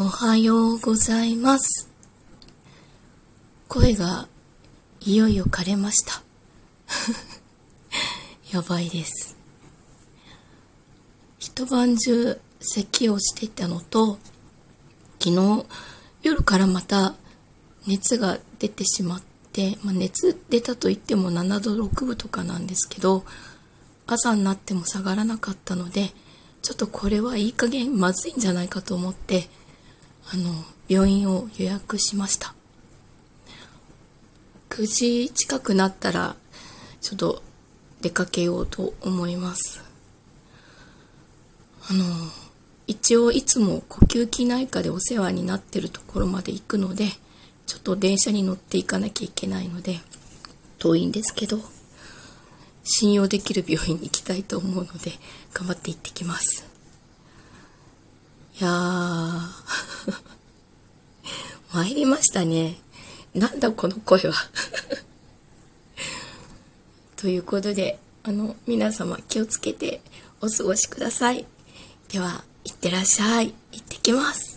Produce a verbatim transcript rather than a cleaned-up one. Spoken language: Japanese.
おはようございます。声がいよいよ枯れましたやばいです。一晩中咳をしていたのと、昨日夜からまた熱が出てしまって、まあ、熱出たといってもななどろくぶとかなんですけど、朝になっても下がらなかったので、ちょっとこれはいい加減まずいんじゃないかと思って、あの病院を予約しました。くじ近くなったらちょっと出かけようと思います。あの一応いつも呼吸器内科でお世話になっているところまで行くので、ちょっと電車に乗っていかなきゃいけないので遠いんですけど、信用できる病院に行きたいと思うので頑張って行ってきます。いやー参りましたね。なんだこの声はということで、あの皆様気をつけてお過ごしください。では、いってらっしゃい。行ってきます。